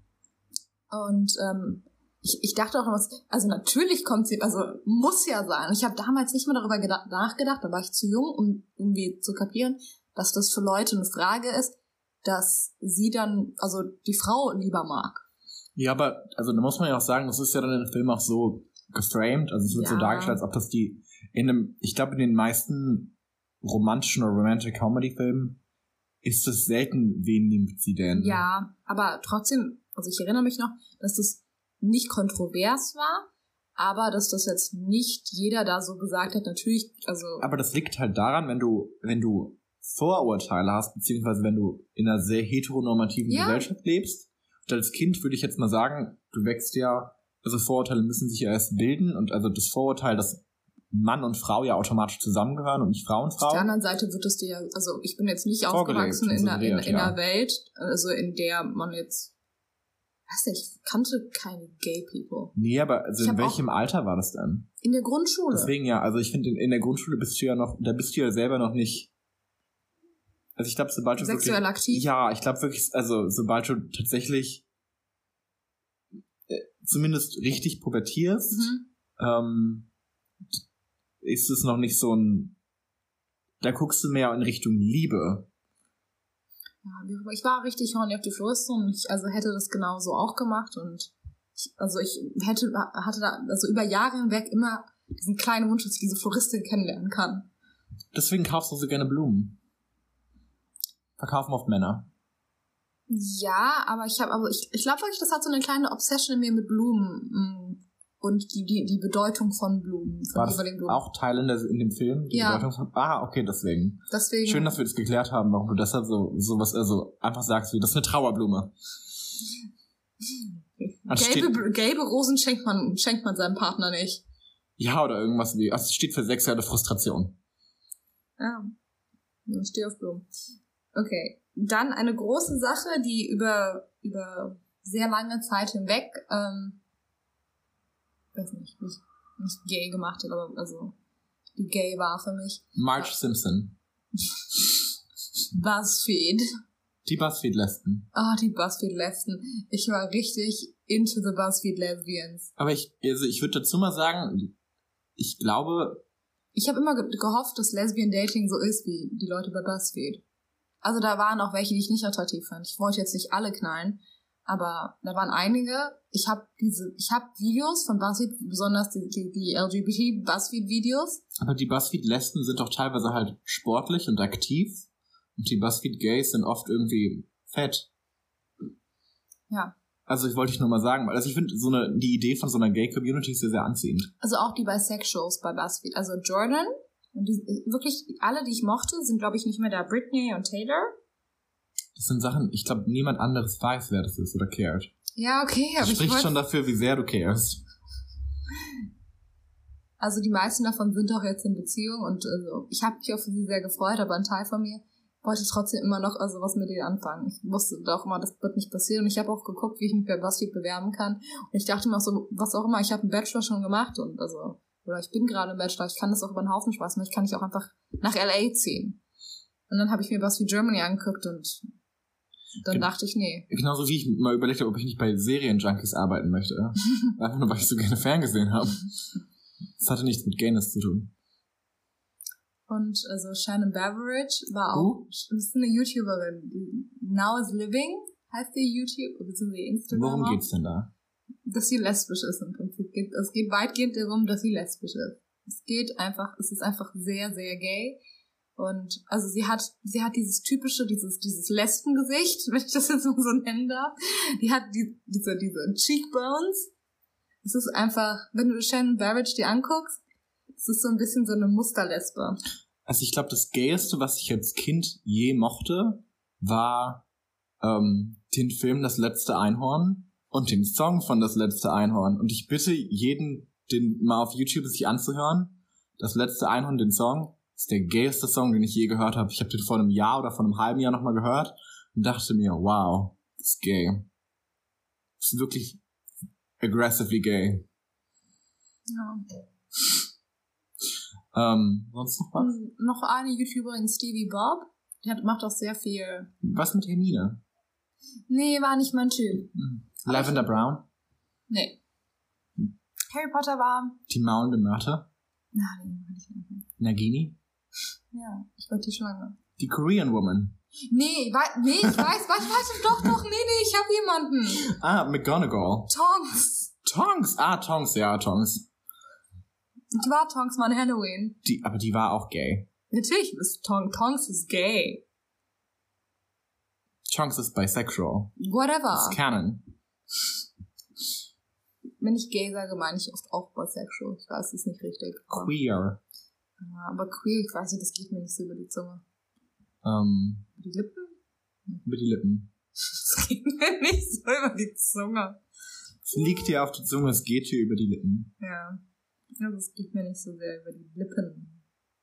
Und ähm, ich, ich dachte auch, was, also natürlich kommt sie, also muss ja sein. Ich habe damals nicht mehr darüber gedacht, nachgedacht, da war ich zu jung, um irgendwie zu kapieren, dass das für Leute eine Frage ist, dass sie dann, also die Frau lieber mag. Ja, aber, also da muss man ja auch sagen, das ist ja dann in dem Film auch so geframed, also es wird Ja. so dargestellt, als ob das die, in einem, ich glaube in den meisten romantischen oder Romantic Comedy Filmen ist es selten, wen nimmt sie denn? Ja, aber trotzdem, also ich erinnere mich noch, dass das nicht kontrovers war, aber dass das jetzt nicht jeder da so gesagt hat, natürlich, also... Aber das liegt halt daran, wenn du, wenn du Vorurteile hast, beziehungsweise wenn du in einer sehr heteronormativen Ja. Gesellschaft lebst, und als Kind würde ich jetzt mal sagen, du wächst ja, also Vorurteile müssen sich ja erst bilden und also das Vorurteil, dass Mann und Frau ja automatisch zusammengehören und nicht Frau und Frau. Auf der anderen Seite wird es dir ja, also ich bin jetzt nicht Vorgelebt aufgewachsen und in, einer, in, suggeriert, in ja. einer Welt, also in der man jetzt, weiß nicht, ich kannte keine Gay People. Nee, aber also Ich in hab welchem Alter war das denn? In der Grundschule. Deswegen ja, also ich finde, in, in der Grundschule bist du ja noch, da bist du ja selber noch nicht, also ich glaube, sobald du Sexuell wirklich, aktiv? Ja, ich glaube wirklich, also sobald du tatsächlich äh, zumindest richtig pubertierst, Mhm. ähm, ist es noch nicht so ein, da guckst du mehr in Richtung Liebe. Ja, wie auch immer. Ich war richtig horny auf die Floristin und ich also hätte das genauso auch gemacht und ich, also ich hätte, hatte da also über Jahre hinweg immer diesen kleinen Wunsch, dass ich diese Floristin kennenlernen kann. Deswegen kaufst du so gerne Blumen. Verkaufen oft Männer. Ja, aber ich habe, aber ich, ich glaube wirklich, das hat so eine kleine Obsession in mir mit Blumen mh, und die, die, die Bedeutung von Blumen, von War das jeweiligen Blumen. auch Teil in, der, in dem Film? Die Ja. Bedeutung von, ah, okay, deswegen. Deswegen. Schön, dass wir das geklärt haben, warum du deshalb so, so was, also einfach sagst, wie, das ist eine Trauerblume. Also Gelbe, steht, gelbe Rosen schenkt man, schenkt man seinem Partner nicht. ja, oder irgendwas wie, also es steht für sexuelle Frustration. Ja. Ich stehe auf Blumen. Okay. Dann eine große Sache, die über, über sehr lange Zeit hinweg, ähm, weiß nicht, nicht, nicht gay gemacht hat, aber also, die gay war für mich. Marge Simpson. BuzzFeed. Die Buzzfeed-Lesben. Ah, oh, die BuzzFeed-Lesben. Ich war richtig into the BuzzFeed-Lesbians. Aber ich, also ich würde dazu mal sagen, ich glaube... Ich habe immer ge- gehofft, dass Lesbian-Dating so ist wie die Leute bei BuzzFeed. Also da waren auch welche, die ich nicht attraktiv fand. Ich wollte jetzt nicht alle knallen, aber da waren einige. Ich habe diese, ich habe Videos von BuzzFeed, besonders die, die, die L G B T-BuzzFeed-Videos. Aber die Buzzfeed-Lesben sind doch teilweise halt sportlich und aktiv. Und die Buzzfeed-Gays sind oft irgendwie fett. Ja. Also ich wollte ich nur mal sagen, weil also ich finde so eine die Idee von so einer Gay-Community ist sehr, sehr anziehend. Also auch die Bisexuals bei BuzzFeed. Also Jordan und die, wirklich alle, die ich mochte, sind glaube ich nicht mehr da. Britney und Taylor. Das sind Sachen, ich glaube, niemand anderes weiß, wer das ist oder cared. Ja, okay, aber Das ich spricht wollte... schon dafür, wie sehr du carest. Also die meisten davon sind auch jetzt in Beziehung und also ich habe mich auch für sie sehr gefreut, aber ein Teil von mir wollte trotzdem immer noch also was mit denen anfangen. Ich wusste doch immer, das wird nicht passieren und ich habe auch geguckt, wie ich mich bei BuzzFeed bewerben kann und ich dachte mir auch so, was auch immer, ich habe einen Bachelor schon gemacht und also oder ich bin gerade im Bachelor, ich kann das auch über den Haufen schmeißen, ich kann nicht auch einfach nach L A ziehen. Und dann habe ich mir BuzzFeed Germany angeguckt und dann Gen- dachte ich, nee. Genauso wie ich mal überlegt habe, ob ich nicht bei Serienjunkies arbeiten möchte. Einfach nur, weil ich so gerne ferngesehen habe. Das hatte nichts mit Gayness zu tun. Und also Shannon Beveridge war auch, Uh? das ist eine YouTuberin, die Now is Living heißt die YouTube, beziehungsweise Instagram. Worum geht's denn da? Dass sie lesbisch ist im Prinzip. Es geht weitgehend darum, dass sie lesbisch ist. Es geht einfach, es ist einfach sehr, sehr gay. Und also sie hat, sie hat dieses typische, dieses, dieses Lesbengesicht, wenn ich das jetzt mal so nennen darf. Die hat die, diese, diese Cheekbones. Es ist einfach, wenn du Shannon Barrage dir anguckst, es ist so ein bisschen so eine Musterlesbe. Also ich glaube, das Gayeste, was ich als Kind je mochte, war ähm, den Film Das letzte Einhorn und den Song von Das letzte Einhorn. Und ich bitte jeden, den mal auf YouTube sich anzuhören, Das letzte Einhorn, den Song, ist der gayeste Song, den ich je gehört habe. Ich habe den vor einem Jahr oder vor einem halben Jahr nochmal gehört und dachte mir, wow, das ist gay. Das ist wirklich aggressively gay. Ja. Ähm, sonst noch was? Und noch eine YouTuberin, Stevie Bob. Die hat, macht auch sehr viel. Was mit Hermine? Nee, war nicht mein Typ. Mhm. Lavender Brown? Nee. Harry Potter war... Die maulende Mörder? Nein, war nicht mehr. Nagini? Ja, ich wollte die Schlange. Die Korean Woman? Nee, wei- nee, ich weiß, weiß, weiß, doch, doch, nee, nee, ich hab jemanden. Ah, McGonagall. Tonks. Tonks? Ah, Tonks, ja, Tonks. Die war Tonks mal in Halloween. Die, aber die war auch gay. Natürlich ist Tonks, Tonks ist gay. Tonks ist bisexual. Whatever. Das ist Canon. Wenn ich gay sage, meine ich oft auch bisexual. Ich weiß, das ist nicht richtig. Queer. Ja, aber queer, ich weiß nicht, das geht mir nicht so über die Zunge. Ähm, Über die Lippen? über die Lippen. Das geht mir nicht so über die Zunge. Es liegt dir auf der Zunge, es geht dir über die Lippen. Ja. Ja, das geht mir nicht so sehr über die Lippen.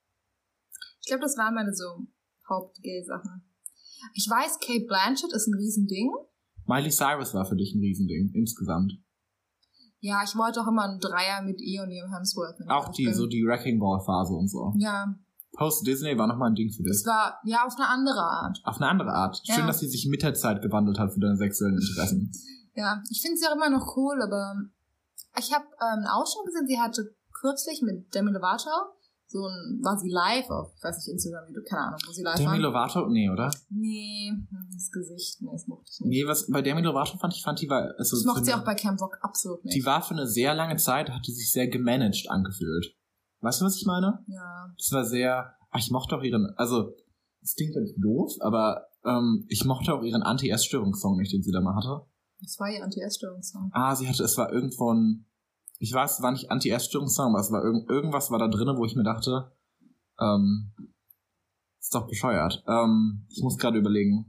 Ich glaube, das waren meine so Haupt-Gay-Sachen. Ich weiß, Kate Blanchett ist ein Riesending. Miley Cyrus war für dich ein Riesending, insgesamt. Ja, ich wollte auch immer einen Dreier mit ihr und ihrem Hemsworth. Auch die, so die Wrecking Ball-Phase und so. Ja. Post-Disney war nochmal ein Ding für dich. Das war, ja, auf eine andere Art. Auf eine andere Art. Schön, Ja. dass sie sich mit der Zeit gewandelt hat für deine sexuellen Interessen. Ja, ich finde sie auch immer noch cool, aber ich habe ähm, einen Ausschnitt gesehen, sie hatte kürzlich mit Demi Lovato, so ein, war sie live auf, ich weiß nicht, Instagram, Video, keine Ahnung, wo sie live Demi war. Lovato? Nee, oder? Nee, das Gesicht, nee, das mochte ich nicht. Nee, was bei Demi Lovato fand ich, fand die war... Also Das mochte für sie eine- auch bei Camp Rock absolut nicht. Die war für eine sehr lange Zeit, hat die sich sehr gemanagt angefühlt. Weißt du, was ich meine? Ja. Das war sehr... Ach, ich mochte auch ihren... Also, es klingt jetzt doof, aber ähm, ich mochte auch ihren Anti-Essstörungssong nicht, den sie da mal hatte. Das war ihr Anti-Essstörungssong. Ah, sie hatte... Es war irgendwo ein... Ich weiß, es war nicht Anti-Essstörungssong, aber es war irgend, irgendwas war da drin, wo ich mir dachte... Ähm, ist doch bescheuert. Ähm, ich muss gerade überlegen.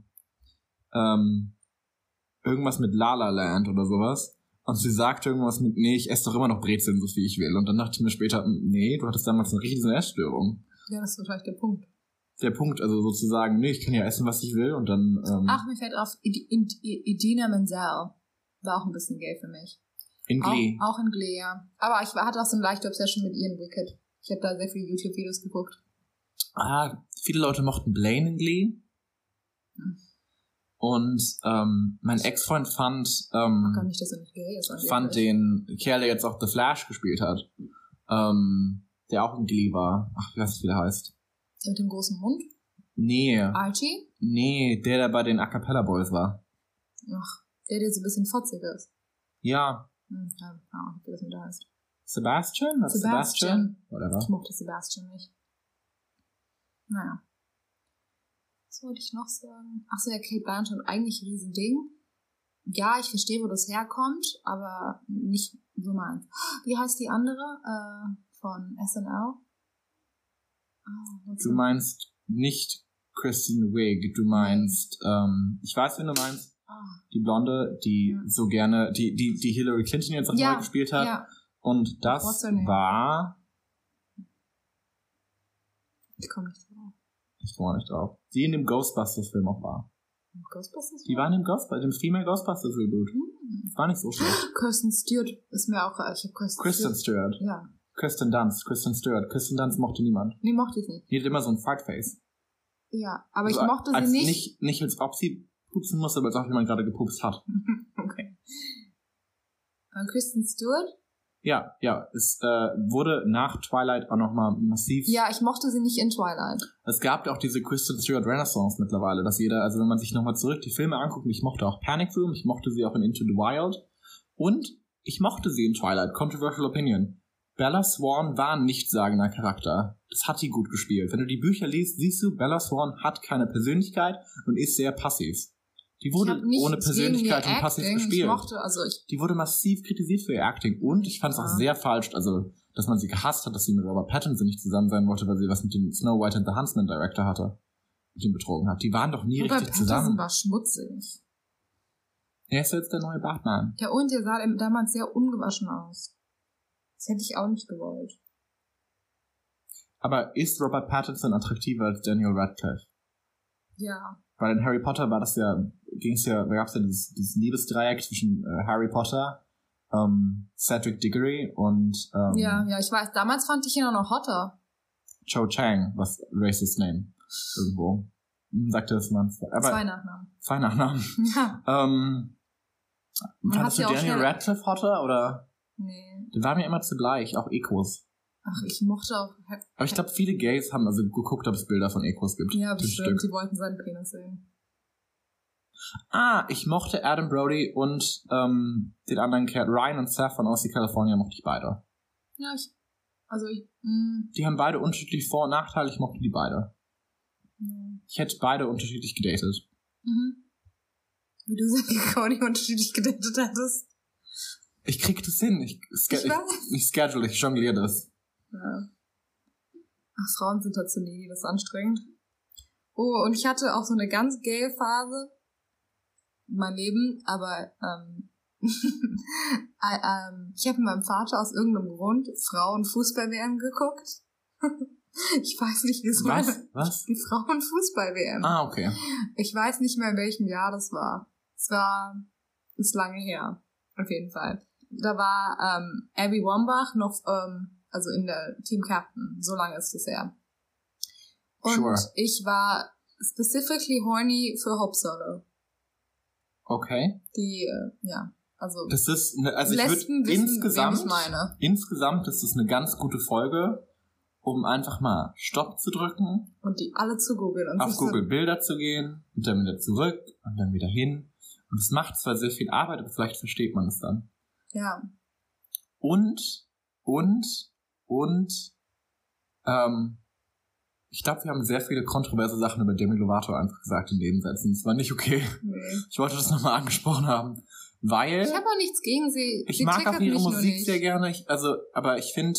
Ähm, irgendwas mit La La Land oder sowas. Und sie sagte irgendwas mit, nee, ich esse doch immer noch Brezeln, so viel ich will. Und dann dachte ich mir später, nee, du hattest damals eine richtige Essstörung. Ja, das ist wahrscheinlich der Punkt. Der Punkt, also sozusagen, nee, ich kann ja essen, was ich will. Und dann, ähm, Ach, mir fällt auf, Id- Id- Idina Menzel war auch ein bisschen gay für mich. in Glee. Auch, auch in Glee, ja. Aber ich war, hatte auch so eine leichte Obsession mit Ian Wicked. Ich habe da sehr viele YouTube-Videos geguckt. Ah, viele Leute mochten Blaine in Glee. Hm. Und ähm, mein Ex-Freund fand, ähm, Gar nicht, dass er nicht gay ist. fand den Kerl, der jetzt auch The Flash gespielt hat, ähm, der auch in Glee war. Ach, ich weiß nicht, wie der heißt. Der mit dem großen Mund? Nee, Archie? nee, der, der bei den A Cappella Boys war. Ach, der, der so ein bisschen fotzig ist. Ja, Hm, ja, keine Ahnung, wie das mit da heißt. Sebastian? Was Sebastian. Whatever. Ich mochte Sebastian nicht. Naja. Was wollte ich noch sagen? Achso, ja, Kate Blanchett, eigentlich ein Riesending. Ja, ich verstehe, wo das herkommt, aber nicht so meins. Wie heißt die andere äh, von S N L? Oh, Du meinst nicht Kristen Wiig, du meinst, ähm, ich weiß, wen du meinst, Ah, die Blonde, die Ja. so gerne, die, die, die Hillary Clinton jetzt auch Ja, mal gespielt hat. ja, Und das What's her name? war, ich komme nicht drauf. ich komme nicht drauf, die in dem Ghostbusters-Film auch war. Ghostbusters? Die war in dem Ghostbusters, dem Female Ghostbusters Reboot. Hm. Das war nicht so schlecht. Kirsten Stewart ist mir auch, ich habe Kirsten Kristen Stewart. Ja, Kristen Dunst. Kristen Stewart. Kristen Dunst mochte niemand. nee, mochte ich nicht. Die hat immer so ein Fartface. Ja, aber ich Also mochte als sie nicht. nicht. Nicht als ob sie pupsen muss, aber als ob jemand gerade gepupst hat. Okay. Äh, Kristen Stewart? Ja, ja. Es äh, wurde nach Twilight auch nochmal massiv. Ja, ich mochte sie nicht in Twilight. Es gab ja auch diese Kristen Stewart Renaissance mittlerweile, dass jeder, also wenn man sich nochmal zurück die Filme anguckt, ich mochte auch Panic Room, ich mochte sie auch in Into the Wild und ich mochte sie in Twilight, Controversial Opinion. Bella Swan war ein nichtssagender Charakter. Das hat die gut gespielt. Wenn du die Bücher liest, siehst du, Bella Swan hat keine Persönlichkeit und ist sehr passiv. Die wurde ohne Persönlichkeit und passiv gespielt. Ich mochte, also ich die wurde massiv kritisiert für ihr Acting. Und ich fand es ja. auch sehr falsch, also, dass man sie gehasst hat, dass sie mit Robert Pattinson nicht zusammen sein wollte, weil sie was mit dem Snow White and the Huntsman Director hatte. Mit ihm betrogen hat. Die waren doch nie Robert richtig Pattinson zusammen. Robert Pattinson war schmutzig. Er ist jetzt der neue Batman. Ja, und er sah damals sehr ungewaschen aus. Das hätte ich auch nicht gewollt. Aber ist Robert Pattinson attraktiver als Daniel Radcliffe? Ja. Weil in Harry Potter war das ja, ging's ja, da gab's ja dieses, dieses Liebesdreieck zwischen äh, Harry Potter, ähm, Cedric Diggory und ähm, ja, ja, ich weiß, damals fand ich ihn auch noch hotter. Cho Chang, was racist name irgendwo. Sagte das man. Aber zwei Nachnamen. Zwei Nachnamen. Ja. ähm, fandest du Daniel Radcliffe hotter oder? Nee. Der war mir immer zugleich, auch Ekos. Ach, ich mochte auch... Aber ich glaube, viele Gays haben also geguckt, ob es Bilder von Ekos gibt. Ja, bestimmt. Sie wollten seinen Penis sehen. Ah, ich mochte Adam Brody und ähm, den anderen Kerl, Ryan und Seth von Aussie California, mochte ich beide. Ja, ich... Also ich... Mh. Die haben beide unterschiedlich Vor- und Nachteile, ich mochte die beide. Ja. Ich hätte beide unterschiedlich gedatet. Mhm. Wie du sagst, Cody unterschiedlich gedatet hattest. Ich krieg das hin. Ich, ske- ich, ich, ich schedule, ich jongliere das. Ja. Ach, Frauen sind dazu nie, das ist anstrengend. Oh, und ich hatte auch so eine ganz gay Phase in meinem Leben, aber ähm, ähm, ich habe mit meinem Vater aus irgendeinem Grund Frauen-Fußball-W M geguckt. Ich weiß nicht, wieso. Was? Was? Die Frauen-Fußball-W M. Ah, okay. Ich weiß nicht mehr, in welchem Jahr das war. Es war, ist lange her. Auf jeden Fall. Da war ähm, Abby Wambach noch, ähm, also in der Team Captain. So lange ist es her. Und sure. Ich war specifically horny für Hope Solo. Okay. Die, äh, ja, also. Das ist, ne, also ich würde insgesamt, ich meine. insgesamt ist es eine ganz gute Folge, um einfach mal Stopp zu drücken. Und die alle zu googeln. Und auf Google so Bilder zu gehen und dann wieder zurück und dann wieder hin. Und es macht zwar sehr viel Arbeit, aber vielleicht versteht man es dann. Ja. Und, und, und, ähm, ich glaube, wir haben sehr viele kontroverse Sachen über Demi Lovato einfach gesagt in Nebensätzen. Das war nicht okay. Nee. Ich wollte das nochmal angesprochen haben. Weil... Ich habe auch nichts gegen sie. Ich sie mag auch ihre Musik sehr gerne. Ich, also, aber ich finde...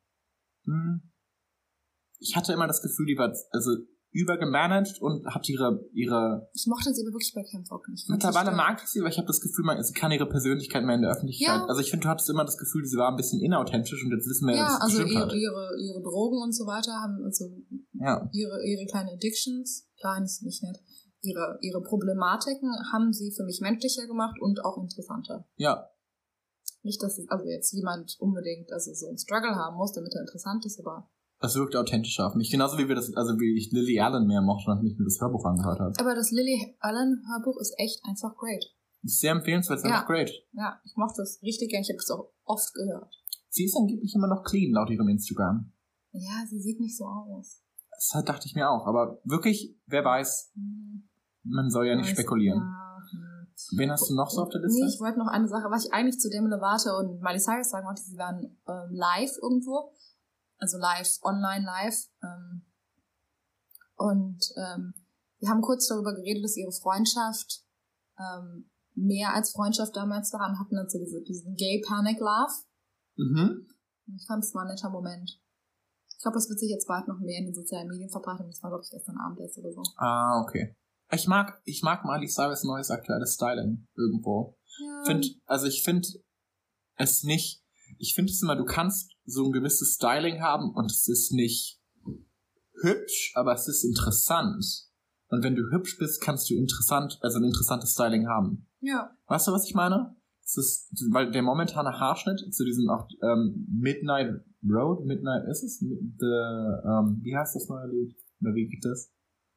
Ich hatte immer das Gefühl, die war also übergemanagt und hat ihre... ihre ich mochte sie aber wirklich bei Camp Rock nicht. Mittlerweile mag ich sie, aber ich habe das Gefühl, man, sie kann ihre Persönlichkeit mehr in der Öffentlichkeit. Ja. Also ich finde, du hattest immer das Gefühl, sie war ein bisschen inauthentisch und jetzt wissen wir, ja, dass es also gestimmt ihre, hat. ihre, ihre Drogen und so weiter haben, also ja. ihre, ihre kleinen Addictions, klein ist nicht nett, ihre, ihre Problematiken haben sie für mich menschlicher gemacht und auch interessanter. Ja. Nicht, dass es, also jetzt jemand unbedingt, also so einen Struggle haben muss, damit er interessant ist, aber... Das wirkt authentischer auf mich. Genauso wie wir das, also wie ich Lily Allen mehr mochte, nachdem ich mir das Hörbuch angehört habe. Aber das Lily Allen Hörbuch ist echt einfach great. Ist sehr empfehlenswert, ist ja. einfach great. Ja, ich mochte das richtig gern. Ich habe das auch oft gehört. Sie ist angeblich immer noch clean, laut ihrem Instagram. Ja, sie sieht nicht so aus. Das dachte ich mir auch. Aber wirklich, wer weiß, hm. man soll ja nicht weiß, spekulieren. Ja. Hm. Wen hast du noch so auf der Liste? Nee, ich wollte noch eine Sache, was ich eigentlich zu Demi Lovato und Miley Cyrus sagen wollte, sie waren ähm, live irgendwo. Also live, online live. Ähm, und ähm, wir haben kurz darüber geredet, dass ihre Freundschaft ähm, mehr als Freundschaft damals war und hatten dann so diese, diesen Gay Panic Love. Mhm. Ich fand es war ein netter Moment. Ich glaube, das wird sich jetzt bald noch mehr in den sozialen Medien verbreiten. Das war, glaube ich, gestern Abend erst oder so. Ah, okay. Ich mag, ich mag Miley Cyrus neues aktuelles Styling irgendwo. Ja. Find, also ich finde es nicht... Ich finde es immer, du kannst so ein gewisses Styling haben und es ist nicht hübsch, aber es ist interessant. Und wenn du hübsch bist, kannst du interessant, also ein interessantes Styling haben. Ja. Weißt du, was ich meine? Es ist, weil der momentane Haarschnitt zu diesem auch ähm, Midnight Road, Midnight ist es? The, ähm, wie heißt das neue Lied? Oder wie geht das?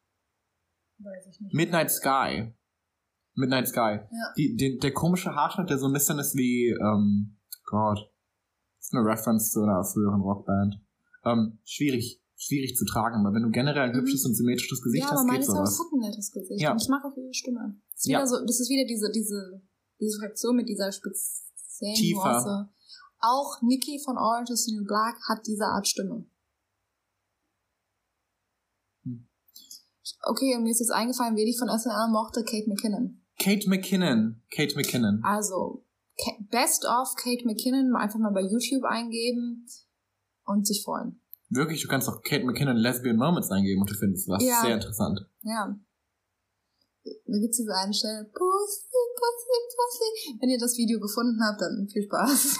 Weiß ich nicht. Midnight Sky. Midnight Sky. Ja. Die, den, der komische Haarschnitt, der so ein bisschen ist wie, ähm, Gott. Das ist eine Reference zu einer früheren Rockband. Ähm, schwierig, schwierig zu tragen, weil wenn du generell ein hübsches mhm. und symmetrisches Gesicht ja, hast, aber geht sowas. Ja, aber meines hat ein nettes Gesicht. Ja. Und ich mag auch ihre Stimme. Das ist wieder, ja. so, das ist wieder diese, diese, diese Fraktion mit dieser speziellen Nuance. Auch Nikki von Orange is the New Black hat diese Art Stimme. Hm. Okay, und mir ist jetzt eingefallen, wen ich von S N L mochte, Kate McKinnon. Kate McKinnon. Kate McKinnon. Also, Best of Kate McKinnon einfach mal bei YouTube eingeben und sich freuen. Wirklich, du kannst auch Kate McKinnon Lesbian Moments eingeben und du findest was. Ja. Sehr interessant. Ja. Da gibt's diese eine Stelle, Pussy, Pussy, Pussy. Wenn ihr das Video gefunden habt, dann viel Spaß.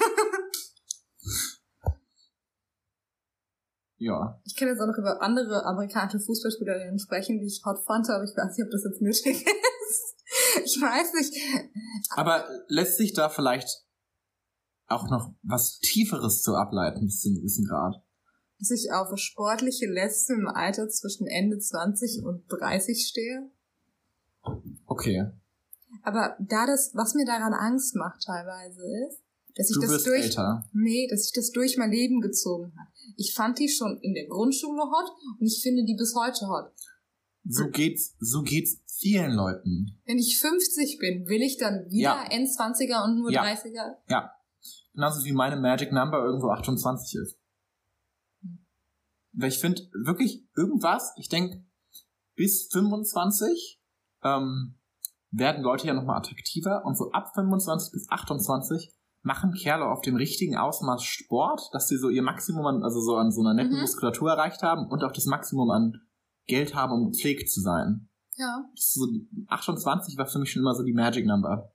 Ja. Ich kann jetzt auch noch über andere amerikanische Fußballspielerinnen sprechen, die ich hot fand, aber ich weiß nicht, ob das jetzt nötig ist. Ich weiß nicht. Aber lässt sich da vielleicht auch noch was Tieferes zu ableiten, bis zu einem gewissen Grad? Dass ich auf sportliche Lesben im Alter zwischen Ende zwanzig und dreißig stehe? Okay. Aber da das, was mir daran Angst macht teilweise ist, dass ich du das wirst durch, älter. nee, dass ich das durch mein Leben gezogen habe. Ich fand die schon in der Grundschule hot und ich finde die bis heute hot. So geht's, so geht's vielen Leuten. Wenn ich fünfzig bin, will ich dann wieder ja. Endzwanziger und nur ja. dreißiger? Ja. Genauso wie meine Magic Number irgendwo achtundzwanzig ist. Hm. Weil ich finde wirklich irgendwas, ich denke, bis fünfundzwanzig ähm, werden Leute ja nochmal attraktiver und so ab fünfundzwanzig bis achtundzwanzig machen Kerle auf dem richtigen Ausmaß Sport, dass sie so ihr Maximum an, also so an so einer netten mhm. Muskulatur erreicht haben und auch das Maximum an Geld haben, um gepflegt zu sein. Ja. Das ist so, achtundzwanzig war für mich schon immer so die Magic Number.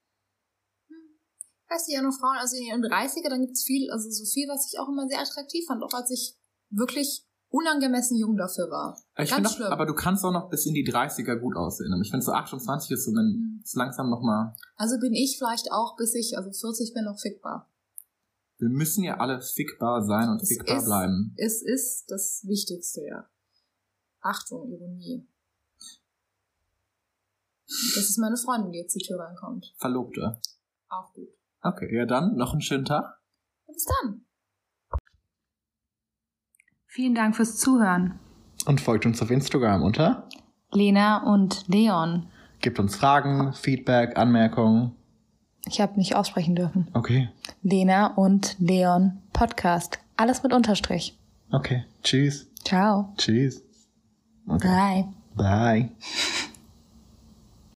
Ich weiß nicht, ja, nur Frauen, also in ihren dreißiger, dann gibt's viel, also so viel, was ich auch immer sehr attraktiv fand, auch als ich wirklich unangemessen jung dafür war. Ich Ganz auch, schlimm. Aber du kannst auch noch bis in die dreißiger gut aussehen. Ich finde so achtundzwanzig ist so, wenn mhm. es langsam nochmal... Also bin ich vielleicht auch, bis ich, also vierzig bin, noch fickbar. Wir müssen ja alle fickbar sein und das fickbar ist, bleiben. Es ist das Wichtigste, ja. Achtung, Ironie. Das ist meine Freundin, die jetzt die Tür reinkommt. Verlobte. Auch gut. Okay, ja dann, noch einen schönen Tag. Bis dann. Vielen Dank fürs Zuhören. Und folgt uns auf Instagram unter Lena und Leon. Gebt uns Fragen, Feedback, Anmerkungen. Ich habe nicht aussprechen dürfen. Okay. Lena und Leon Podcast. Alles mit Unterstrich. Okay. Tschüss. Ciao. Tschüss. Okay. Bye. Bye.